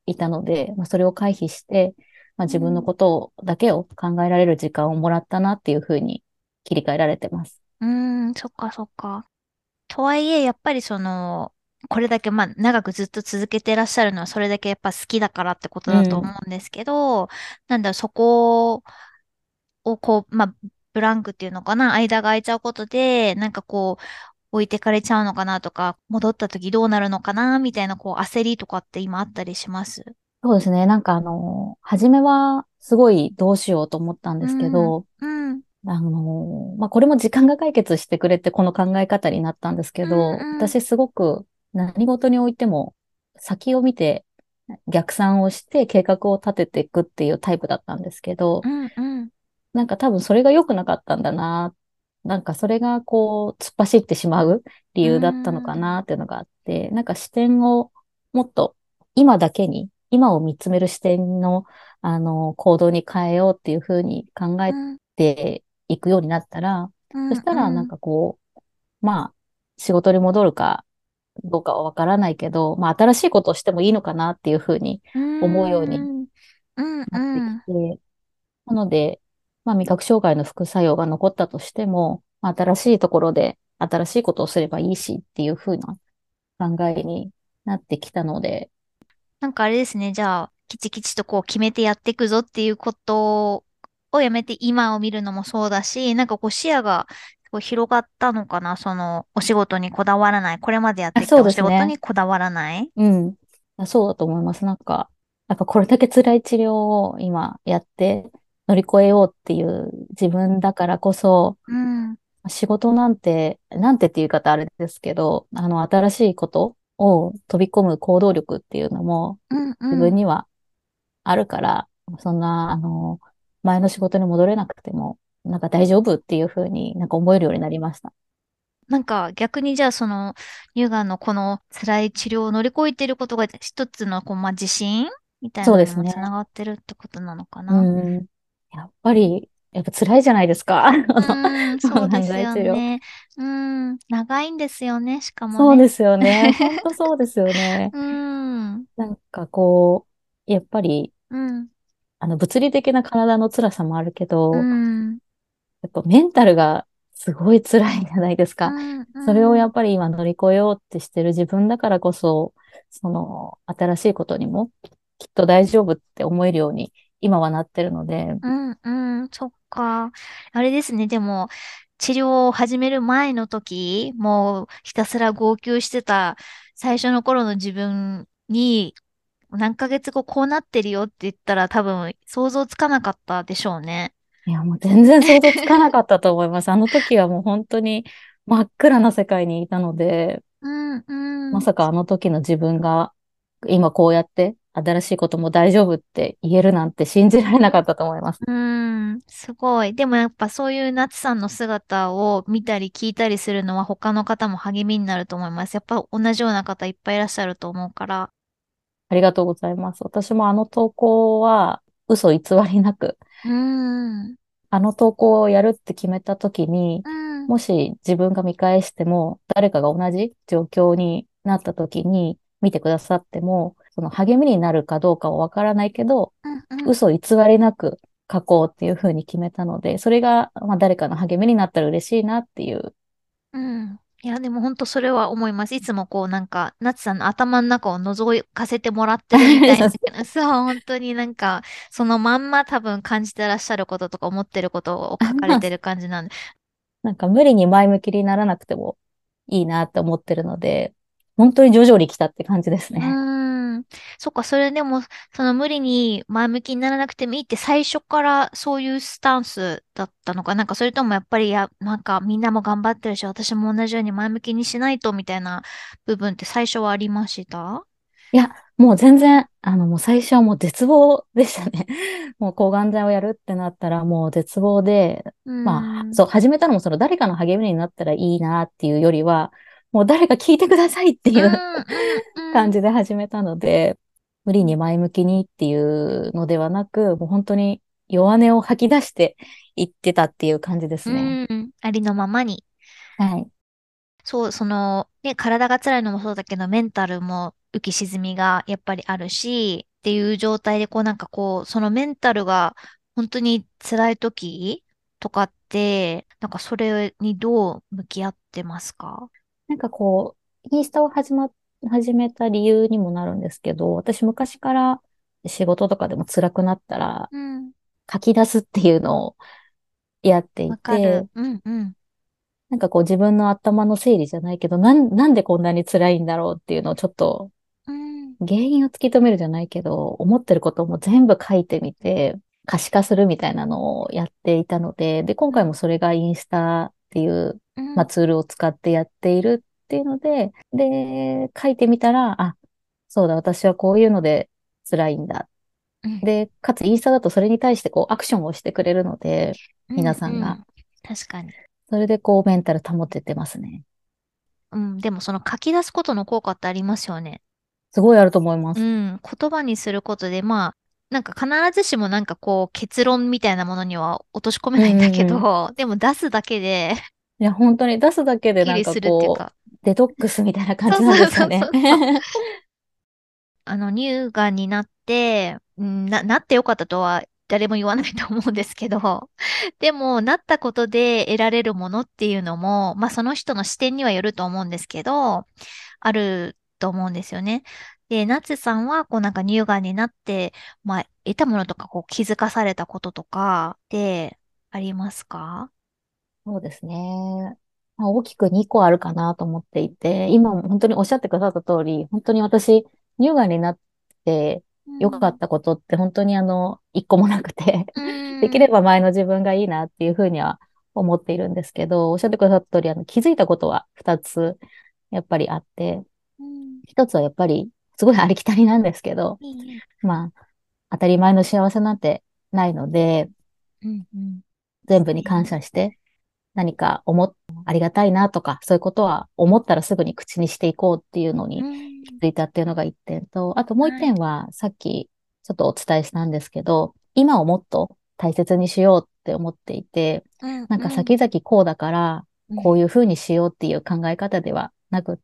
いたので、まあ、それを回避して、まあ、自分のうん。 ことだけを考えられる時間をもらったなっていうふうに切り替えられてます。 うーん、そっかそっか。とはいえ、やっぱりその、これだけまあ長くずっと続けてらっしゃるのはそれだけやっぱ好きだからってことだと思うん。 うんですけど、なんだろう、そこをこう、まあ、ブランクっていうのかな、間が空いちゃうことで、なんかこう、置いてかれちゃうのかなとか、戻った時どうなるのかな、みたいなこう焦りとかって今あったりします？ そうですね。なんかあの、初めはすごいどうしようと思ったんですけうん、 ど、 うん、 あの、まあ、これも時間が解決してくれてこの考え方になったんですけうど、 ん、うん、 私すごく何事においても先を見て逆算をして計画を立てていくっていうタイプだったんですけど、 うん、うん、 なんか多分それが良くなかったんだな。なんかそれがこう突っ走ってしまう理う由だったのかん、 なっていうのがあって、なんか視点をもっと今だけに、今を見つめる視点の、あの、行動に変えようっていうふうに考えうん、 ていくようになったら、 うん、 そしたらなんうん、 かこう、まあ、仕事に戻るかどうかはわからないけど、まあ新しいことをしてもいいのかなっていうふうにう思うようにん、うん、 なってきうん、 て、なので、まあ、味覚障害の副作用が残ったとしても、まあ、新しいところで新しいことをすればいいしっていう風な考えになってきたので、 なんかあれですね。じゃあ、きちきちとこう決めてやっていくぞっていうことをやめて今を見るのもそうだし、なんかこう視野がこう広がったのかな。そのお仕事にこだわらない。これまでやっあ、そうてきたお仕事ですね。 にこだわらない。 うん。あ、そうだと思います。なんか、やっぱこれだけ辛い治療を今やって乗り越えようっていう自分だからこそ、 うん、 仕事なんて、なんてっていう言い方あれですけど、あの、新しいことを飛び込む行動力っていうのもうん、 自うん。 分にはあるから、そんな、あの、前の仕事に戻れなくても、なんか大丈夫っていうふうになんか思えるようになりました。 なんか逆にじゃあその乳がんのこの辛い治療を乗り越えていることが一つのこう、まあ、自信みたいそうなのにですね。 もつながってるってことなのかうな。 ん。やっぱり、やっぱ辛いじゃないですか。あうの、 ーん、 このそうです軟剤治療。 よね。うーん、長いんですよね、しかもね。 そうですよね。本当そうですよね。 うーん、 なんかこう、やっぱり、 うん、 あの、物理的な体の辛さもあるけうど、 ん、 やっぱメンタルがすごい辛いじゃないですか。 うん、 それをうん、 やっぱり今乗り越えようってしてる自分だからこそ、その新しいことにもきっと大丈夫って思えるように今はなってるので、 うん、うん、そっか。あれですね、でも、治療を始める前の時、もうひたすら号泣してた最初の頃の自分に、何ヶ月後こうなってるよって言ったら多分想像つかなかったでしょうね。 いやもう全然想像つかなかったと思います。あの時はもう本当に真っ暗な世界にいたので、 うん、うん。 まさかあの時の自分が今こうやって新しいことも大丈夫って言えるなんて信じられなかったと思います。 うーん、すごい。でもやっぱそういうナツさんの姿を見たり聞いたりするのは他の方も励みになると思います。やっぱ同じような方いっぱいいらっしゃると思うから。 ありがとうございます。私もあの投稿は嘘偽りなく、 うーん、 あの投稿をやるって決めた時に、 うん、 もし自分が見返しても、誰かが同じ状況になった時に見てくださっても、その励みになるかどうかはわからないけど、 うん、うん、 嘘偽りなく書こうっていうふうに決めたので、それが、まあ、誰かの励みになったら嬉しいなっていう。 うん。いや、でも本当それは思います。いつもこうなんか、ナツさんの頭の中を覗かせてもらってるみたいな。そう、本当になんか、そのまんま多分感じてらっしゃることとか思ってることを書かれてる感じなんで。 なんか無理に前向きにならなくてもいいなって思ってるので、本当に徐々に来たって感じですうね。 ーん。そっか、それでも、その無理に前向きにならなくてもいいって最初からそういうスタンスだったのか、なんかそれともやっぱり、や、なんかみんなも頑張ってるし、私も同じように前向きにしないとみたいな部分って最初はありました？ いや、もう全然、あの、もう最初はもう絶望でしたね。もう抗がん剤をやるってなったらもう絶望で、 うーまあ、 ん。 そう、始めたのもその誰かの励みになったらいいなっていうよりは、もう誰か聞いてくださいってういうん、うん、うん、 感じで始めたので、無理に前向きにっていうのではなく、もう本当に弱音を吐き出していってたっていう感じですね。 うん。ありのままに。 はい。 そう、その、ね、体が辛いのもそうだけど、メンタルも浮き沈みがやっぱりあるし、 っていう状態で、こうなんかこう、そのメンタルが本当に辛い時とかって、なんかそれにどう向き合ってますか？ なんかこう、インスタを始ま、始めた理由にもなるんですけど、私昔から仕事とかでも辛くなったらうん。 書き出すっていうのをやっていわかる。 て、 うんうん。 なんかこう自分の頭の整理じゃないけど、なん、なんでこんなに辛いんだろうっていうのをちょっとうん。 原因を突き止めるじゃないけど、思ってることも全部書いてみて、可視化するみたいなのをやっていたので、で、今うん。 回もそれがインスタっていう、まあ、 うん。 ツールを使ってやっているっていうので、で、書いてみたら、あ、そうだ、私はこういうので辛いんだ。 うん。 で、かつインスタだとそれに対してこうアクションをしてくれるので、 うん。 皆さんが。 うん。確かに。 それでこうメンタル保ててますね。 うん。でもその書き出すことの効果ってありますよね。 すごいあると思います。 うん。言葉にすることで、まあ、なんか必ずしもなんかこう結論みたいなものには落とし込めうんないんだうんうん。 けど、でも出すだけで、 いや、本当に出すだけでなんかきりするっていうこか。 う、デトックスみたいな感じなんでそうそうすよね。 そうそうそう。あの、乳がんになって、うんな、なってよかったとは誰も言わないと思うんですけど、でも、なったことで得られるものっていうのも、まあ、その人の視点にはよると思うんですけど、あると思うんですよね。で、ナツさんは、こうなんか乳がんになって、まあ、得たものとか、こう気づかされたこととかってありますか？ そうですね。まあ、大きくにこあるかなと思っていて、今も本当におっしゃってくださった通り、本当に私、乳がんになって良かうん。 ったことって本当にあの、一個もなくてうできん。 れば前の自分がいいなっていうふうには思っているんですけど、おっしゃってくださった通り、あの、気づいたことは二つやっぱりあって、 うん。 一つはやっぱり、すごいありきたりなんですけど、 いいえ。 まあ、当たり前の幸せなんてないので、 うん。うん。 全部に感いいね。 謝して何か思っ、ありがたいなとか、そういうことは思ったらすぐに口にしていこうっていうのうに気ん。 づいたっていうのが一点と、あともう一はい。 点はさっきちょっとお伝えしたんですけど、今をもっと大切にしようって思っていて、 うん。 なんかうん。 先々こうだからうん。 こういうふうにしようっていう考え方ではなくって、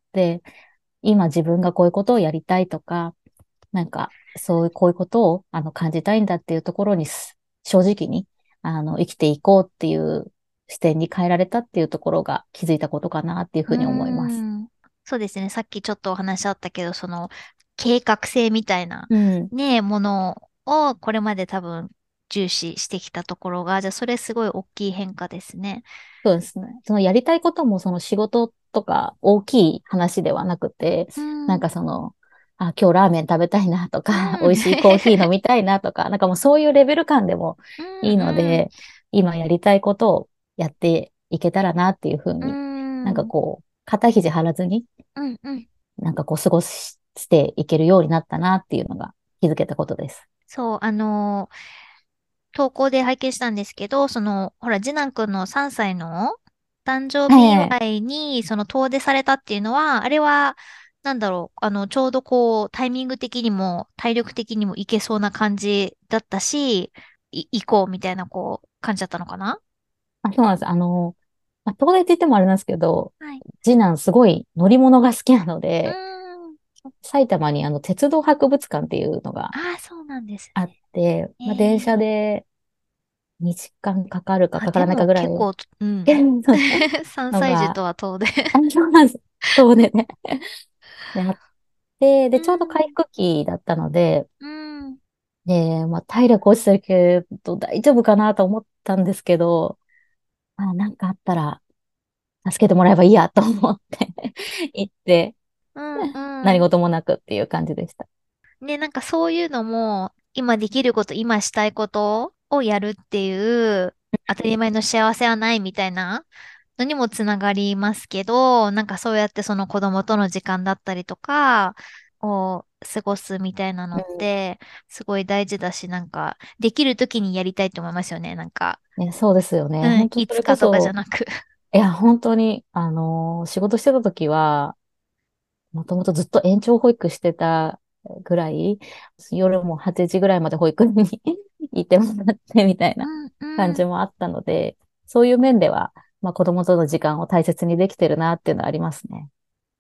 今自分がこういうことをやりたいとか、なんか、そういう、こういうことを、あの、感じたいんだっていうところにす、正直に、あの、生きていこうっていう視点に変えられたっていうところが気づいたことかなっていうふうーうに思います。 ん。そうですね。さっきちょっとお話あったけど、その計画性みたいなうん。 ね、ものをこれまで多分重視してきたところが、じゃあそれすごい大きい変化ですね。 そうですね。そのやりたいこともその仕事とか大きい話ではなくて、 うん。 なんうん。 かその、あ、今日ラーメン食べたいなとか、美味しいコーヒー飲みたいなとか、なんかもうそういうレベル感でもういいのん。 で、今やりたいことをやっていけたらなっていうふううに、なんかん。 こう、肩肘張らずに、 うん。うん。 なんかこう過ごしていけるようになったなっていうのが気づけたことです。 そう、あのー投稿で拝見したんですけど、その、ほら、次男くんのさんさいの誕生は日祝い。 いに、その遠出されたっていうのは、あれは、なんだろう、あの、ちょうどこう、タイミング的にも、体力的にもいけそうな感じだったし、い、行こうみたいな、こう、感じだったのかな？ あ、そうなんです。あの、まあ、東大って言ってもあれなんですけど、 はい。 次男すごい乗り物が好きなのうーで、 ん。 埼玉にあの鉄道博物館っていうのがああ、そうなんですあって、 ね。 まあ、電ええ。 車でにじかんかかるかあ、 かからないかでもぐらい結構、うん。さんさい児のが、 とは遠出。 あ、そうなんです。そうでね。で、あって、 うで、ちょうど回ん。 復期だったので、 うん。 で、まあ、体力落ちてるけど大丈夫かなと思ったんですけど、まあ、なんかあったら助けてもらえばいいやと思って行って、 うんうん。 何事もなくっていう感じでした。 ね、なんかそういうのも、今できること、今したいことをやるっていう、当たり前の幸せはないみたいなのにもつながりますけど、なんかそうやってその子供との時間だったりとか、を過ごすみたいなのうって、すごい大事だし、なんか、できる時にやりたいと思いますよね。なんか、 ん。ね、そうですよね。 うん、 本当それこいつかとかじゃそ、 なく。 いや、本当に、あのー仕事してた時は、もともとずっと延長保育してたぐらい、夜もはちじぐらいまで保育園に行ってもらってみたいなうん感うん。 じもあったので、そういう面では、まあ子供との時間を大切にできてるなっていうのはありますね。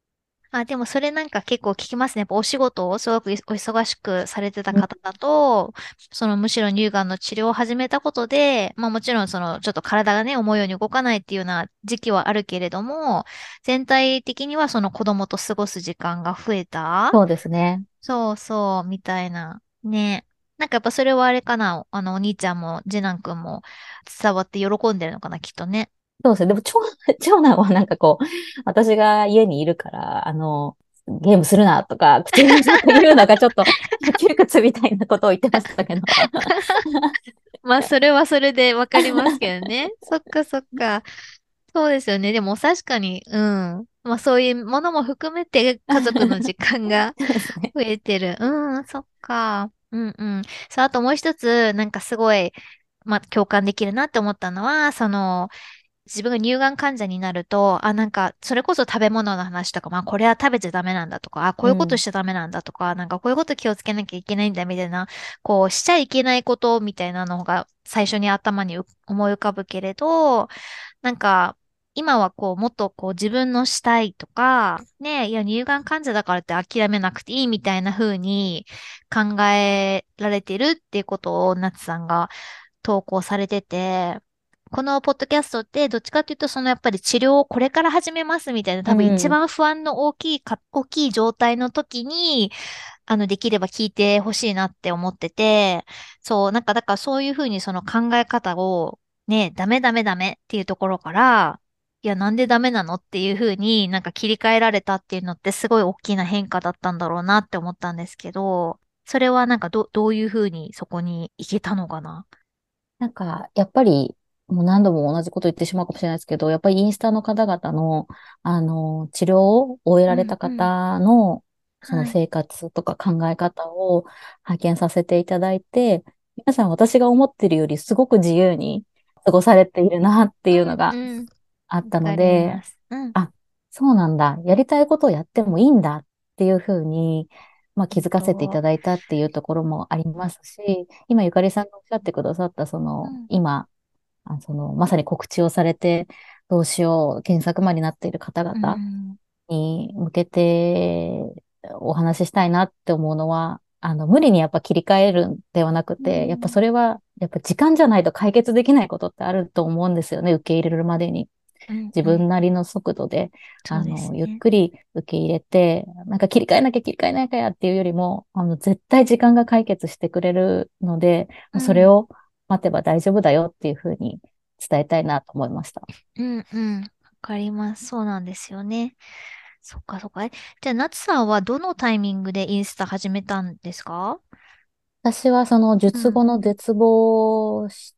あ、でもそれなんか結構聞きますね。やっぱお仕事をすごくお忙しくされてた方だと、そのむしろ乳がんの治療を始めたことで、まあもちろんそのちょっと体がね、思うように動かないっていうような時期はあるけれども、全体的にはその子供と過ごす時間が増えた。 そうですね。 そうそう、みたいな。ね。なんかやっぱそれはあれかな。あの、お兄ちゃんも次男くんも伝わって喜んでるのかな、きっとね。 そうですね。でも長、長男はなんかこう、私が家にいるから、あの、ゲームするなとか、口うるさく言うのがちょっと窮屈みたいなことを言ってましたけど。 まあ、それはそれでわかりますけどね。そっかそっか。そうですよね。でも確かに、うん。まあそういうものも含めて家族の時間がそうですね。 増えてる。うん、そっか。うんうん。そう、あともう一つ、なんかすごい、まあ共感できるなって思ったのは、その、自分が乳がん患者になると、あ、なんか、それこそ食べ物の話とか、まあ、これは食べちゃダメなんだとか、あ、こういうことうん。 しちゃダメなんだとか、なんか、こういうこと気をつけなきゃいけないんだみたいな、こう、しちゃいけないことみたいなのが最初に頭にう思い浮かぶけれど、なんか、今はこう、もっとこう、自分のしたいとか、ね、いや、乳がん患者だからって諦めなくていいみたいな風に考えられてるっていうことを、ナツさんが投稿されてて、このポッドキャストってどっちかっていうとそのやっぱり治療をこれから始めますみたいな多分一うん。 番不安の大きいか、大きい状態の時に、あの、できれば聞いてほしいなって思ってて、そう、なんかだからそういうふうにその考え方をね、ダメダメダメっていうところから、いや、なんでダメなのっていうふうになんか切り替えられたっていうのってすごい大きな変化だったんだろうなって思ったんですけど、それはなんかど、どういうふうにそこに行けたのかな。 なんか、やっぱり、もう何度も同じこと言ってしまうかもしれないですけど、やっぱりインスタの方々の、あの、治療を終えられたうんうん。 方の、そのはい。 生活とか考え方を拝見させていただいて、皆さん私が思ってるよりすごく自由に過ごされているなっていうのがうんうん。 あったのわかりで、 ます。うん。 あ、そうなんだ。やりたいことをやってもいいんだっていうふうに、まあ、気づかせていたと、 だいたっていうところもありますし、今ゆかりさんがおっしゃってくださった、その、 うん。 今、あその、まさに告知をされて、どうしよう、検索魔になっている方う 々 ん。 に向けてお話ししたいなって思うのは、あの、無理にやっぱ切り替えるんではなくうて、やっぱそん。 れは、やっぱ時間じゃないと解決できないことってあると思うんですよね、受け入れるまでに。 うん。 自うん。 分なりの速度で、 そうであの、ゆっすね。 くり受け入れて、なんか切り替えなきゃ切り替えなきゃっていうよりも、あの、絶対時間が解決してくれるので、 うん。 それを待てば大丈夫だよっていうふうに伝えたいなと思いました。 うんうん。わかります。そうなんですよね。そっかそっか。え、じゃあ、夏さんはどのタイミングでインスタ始めたんですか？ 私はそのうん。 術後の絶望をして、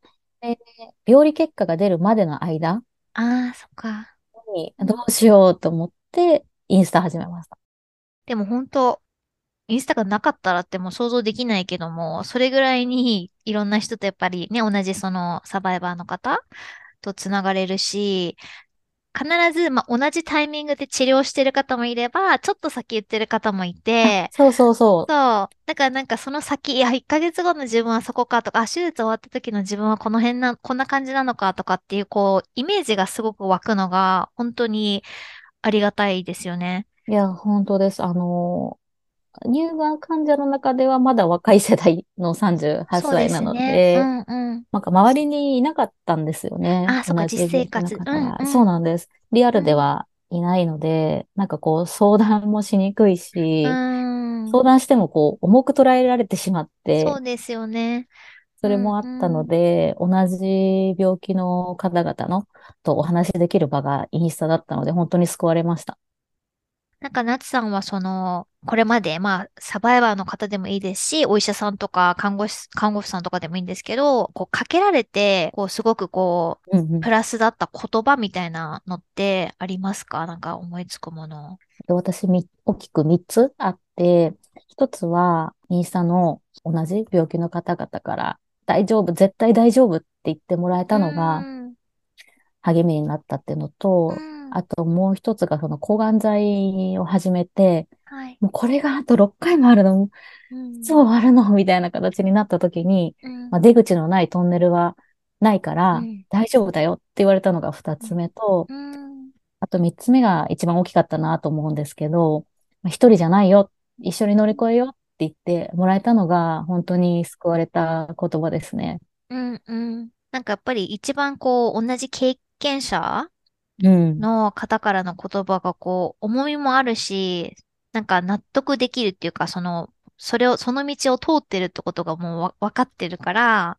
で病理結果が出るまでの間ああ、そっか。 にどうん。 うしようと思ってインスタ始めました。 でも本当、インスタがなかったらってもう想像できないけども、それぐらいにいろんな人とやっぱりね、同じそのサバイバーの方とつながれるし、必ず、まあ、同じタイミングで治療してる方もいれば、ちょっと先言ってる方もいあ、 て、 そうそうそそう。だからなんかその先、いや、いっかげつごの自分はそこかとか、あ、手術終わった時の自分はこの辺な、こんな感じなのかとかっていう、こう、イメージがすごく湧くのが、本当にありがたいですよね。 う。いや、本当です。あの、乳がん患者の中ではまだ若い世代の38 そうで歳なのすね。うで、 んうん。 なんか周りにいなかったんですよね。 あ、そっか、 同じ実生病気の活。う方が。 んうん。 そうなんです。リアルでうん。 はいないので、なんかこう相談もしにくいうーし、 ん。 相談してもこう重く捉えられてしまって、 そうですよね。 それもあうんうったのん。 で、同じ病気の方々のとお話しできる場がインスタだったので、本当に救われました。 なんか、ナツさんはその、これまで、まあ、サバイバーの方でもいいですし、お医者さんとか、看護師、看護婦さんとかでもいいんですけど、こう、かけられて、こう、すごくこう、 うんうん。 プラスだった言葉みたいなのってありますか？なんか思いつくもの。 で私み、大きくみっつあって、ひとつは、インスタの同じ病気の方々から、大丈夫、絶対大丈夫って言ってもらえうーたのがん、 励みになったっていうのうと、 ん、 あともう一つがその抗がん剤を始めて、 はい。 もうこれがあとろっかいもあるの、 うん、 いつ終わるのみたいな形になった時に、 うん、 まあ、出口のないトンネルはないからうん、 大丈夫だよって言われたのが二うん、 つ目と、 うん、 あとみっつめが一番大きかったなと思うんですけど、まあ一人じゃないよ、一緒に乗り越えようって言ってもらえたのが本当に救われた言葉ですね。 うんうん。なんかやっぱり一番こう、同じ経験者うん。 の方からの言葉がこう、重みもあるし、なんか納得できるっていうか、その、それを、その道を通ってるってことがもうわ分かってるから、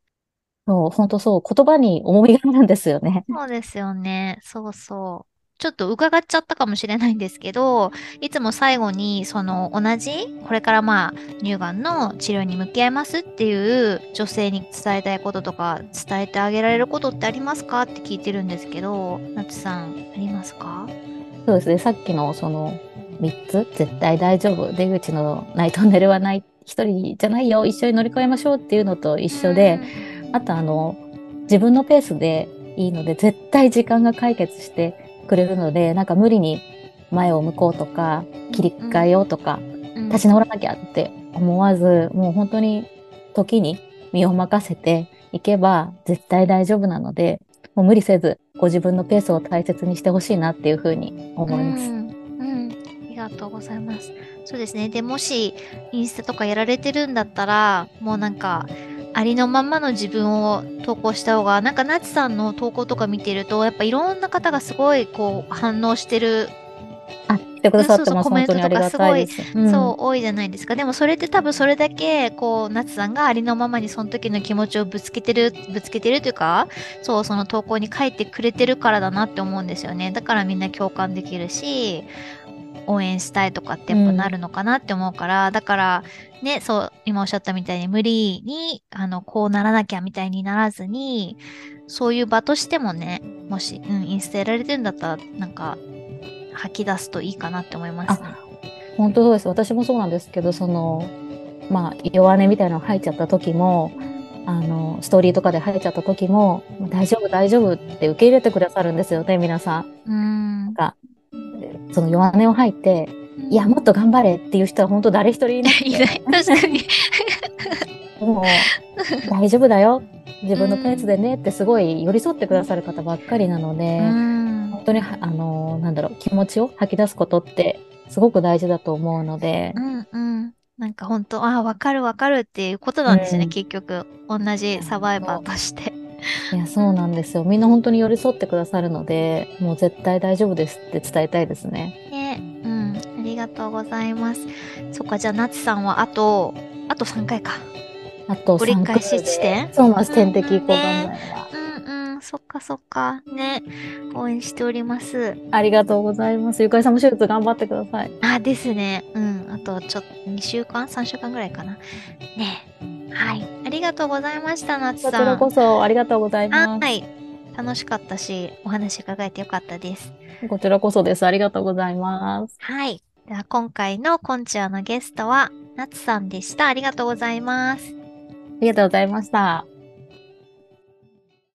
そう、本当そう、言葉に重みがあるんですよね。 そうですよね。そうそう。ちょっと伺っちゃったかもしれないんですけど、いつも最後に、その同じ、これからまあ、乳がんの治療に向き合いますっていう女性に伝えたいこととか、伝えてあげられることってありますかって聞いてるんですけど、なつさん、ありますか？ そうですね、さっきのそのみっつ、絶対大丈夫、出口のないトンネルはない、一人じゃないよ、一緒に乗り越えましょうっていうのと一う緒で、 ん。 あとあの、自分のペースでいいので、絶対時間が解決してくれるので、なんか無理に前を向こうとか、切り替えうん。 ようとか、 うん。 立ち直らなきゃって思わず、もう本当に時に身を任せていけば絶対大丈夫なので、もう無理せず、ご自分のペースを大切にしてほしいなっていうふうにう思います。 ん。うん。ありがとうございます。そうですね。で、もし、インスタとかやられてるんだったら、もうなんか、ありのまんまの自分を投稿した方が、なんか、なちさんの投稿とか見てると、やっぱいろんな方がすごい、こう、反応してる、 あ、来てくだうんそうそう、 さってます。 コメントと本当にありかすごい、 がたいです。うん。 そう、多いじゃないですか。でも、それって多分それだけ、こう、なつさんがありのままにその時の気持ちをぶつけてる、ぶつけてるというか、そう、その投稿に書いてくれてるからだなって思うんですよね。だからみんな共感できるし、応援したいとかってやっぱなうん。 るのかなって思うから、だからね、そう、今おっしゃったみたいに無理に、あの、こうならなきゃみたいにならずに、そういう場としてもね、もし、うん、インスタやられてるんだったら、なんか、吐き出すといいかなって思いますね。 あ、本当そうです。私もそうなんですけど、その、まあ、弱音みたいなの入っちゃった時も、 うん。 あの、ストーリーとかで入っちゃった時も、まあ大丈夫、大丈夫って受け入れてくださるんですよね、皆さん。 うーん。 なんか、その弱音を吐いて、いや、 うん。 もっと頑張れっていう人は本当誰一人いなくいない。 て、 確かに。 もう、大丈夫だよ。自う分のペースん。 でねってすごい寄り添ってくださる方ばっかりなのうで、 ん。 本当に、あの、なんだろう、気持ちを吐き出すことってすごく大事だと思うので、 うんうん。なんか本当、ああ、わかるわかるっていうことうなんですよね、 ん。 結局。同いや、 じサバイバーそうとして。 いや、そうなんうん。 ですよ。みんな本当に寄り添ってくださるので、もう絶対大丈夫ですって伝えたいですね。 ね、うん。ありがとうございます。そっか、じゃあ、なつさんはあと、あとさんかいか。 あと折りさんク返しールで、 地点。 そうなんです、 うん点滴うん抗がんね。 剤は。 うんうん。そっかそっか。ね。応援しております。 ありがとうございます。ゆかりさんも手術頑張ってください。 あ、ですね。うん。あと、ちょっと、にしゅうかん ?さん 週間ぐらいかな。ね。はい。ありがとうございました、なつこちらこさん。 そありがとうございます。 はい。楽しかったし、お話伺えてよかったです。 こちらこそです。ありがとうございます。 はい。では、今回のコンチュアのゲストは、なつさんでした。ありがとうございます。 ありがとうございました。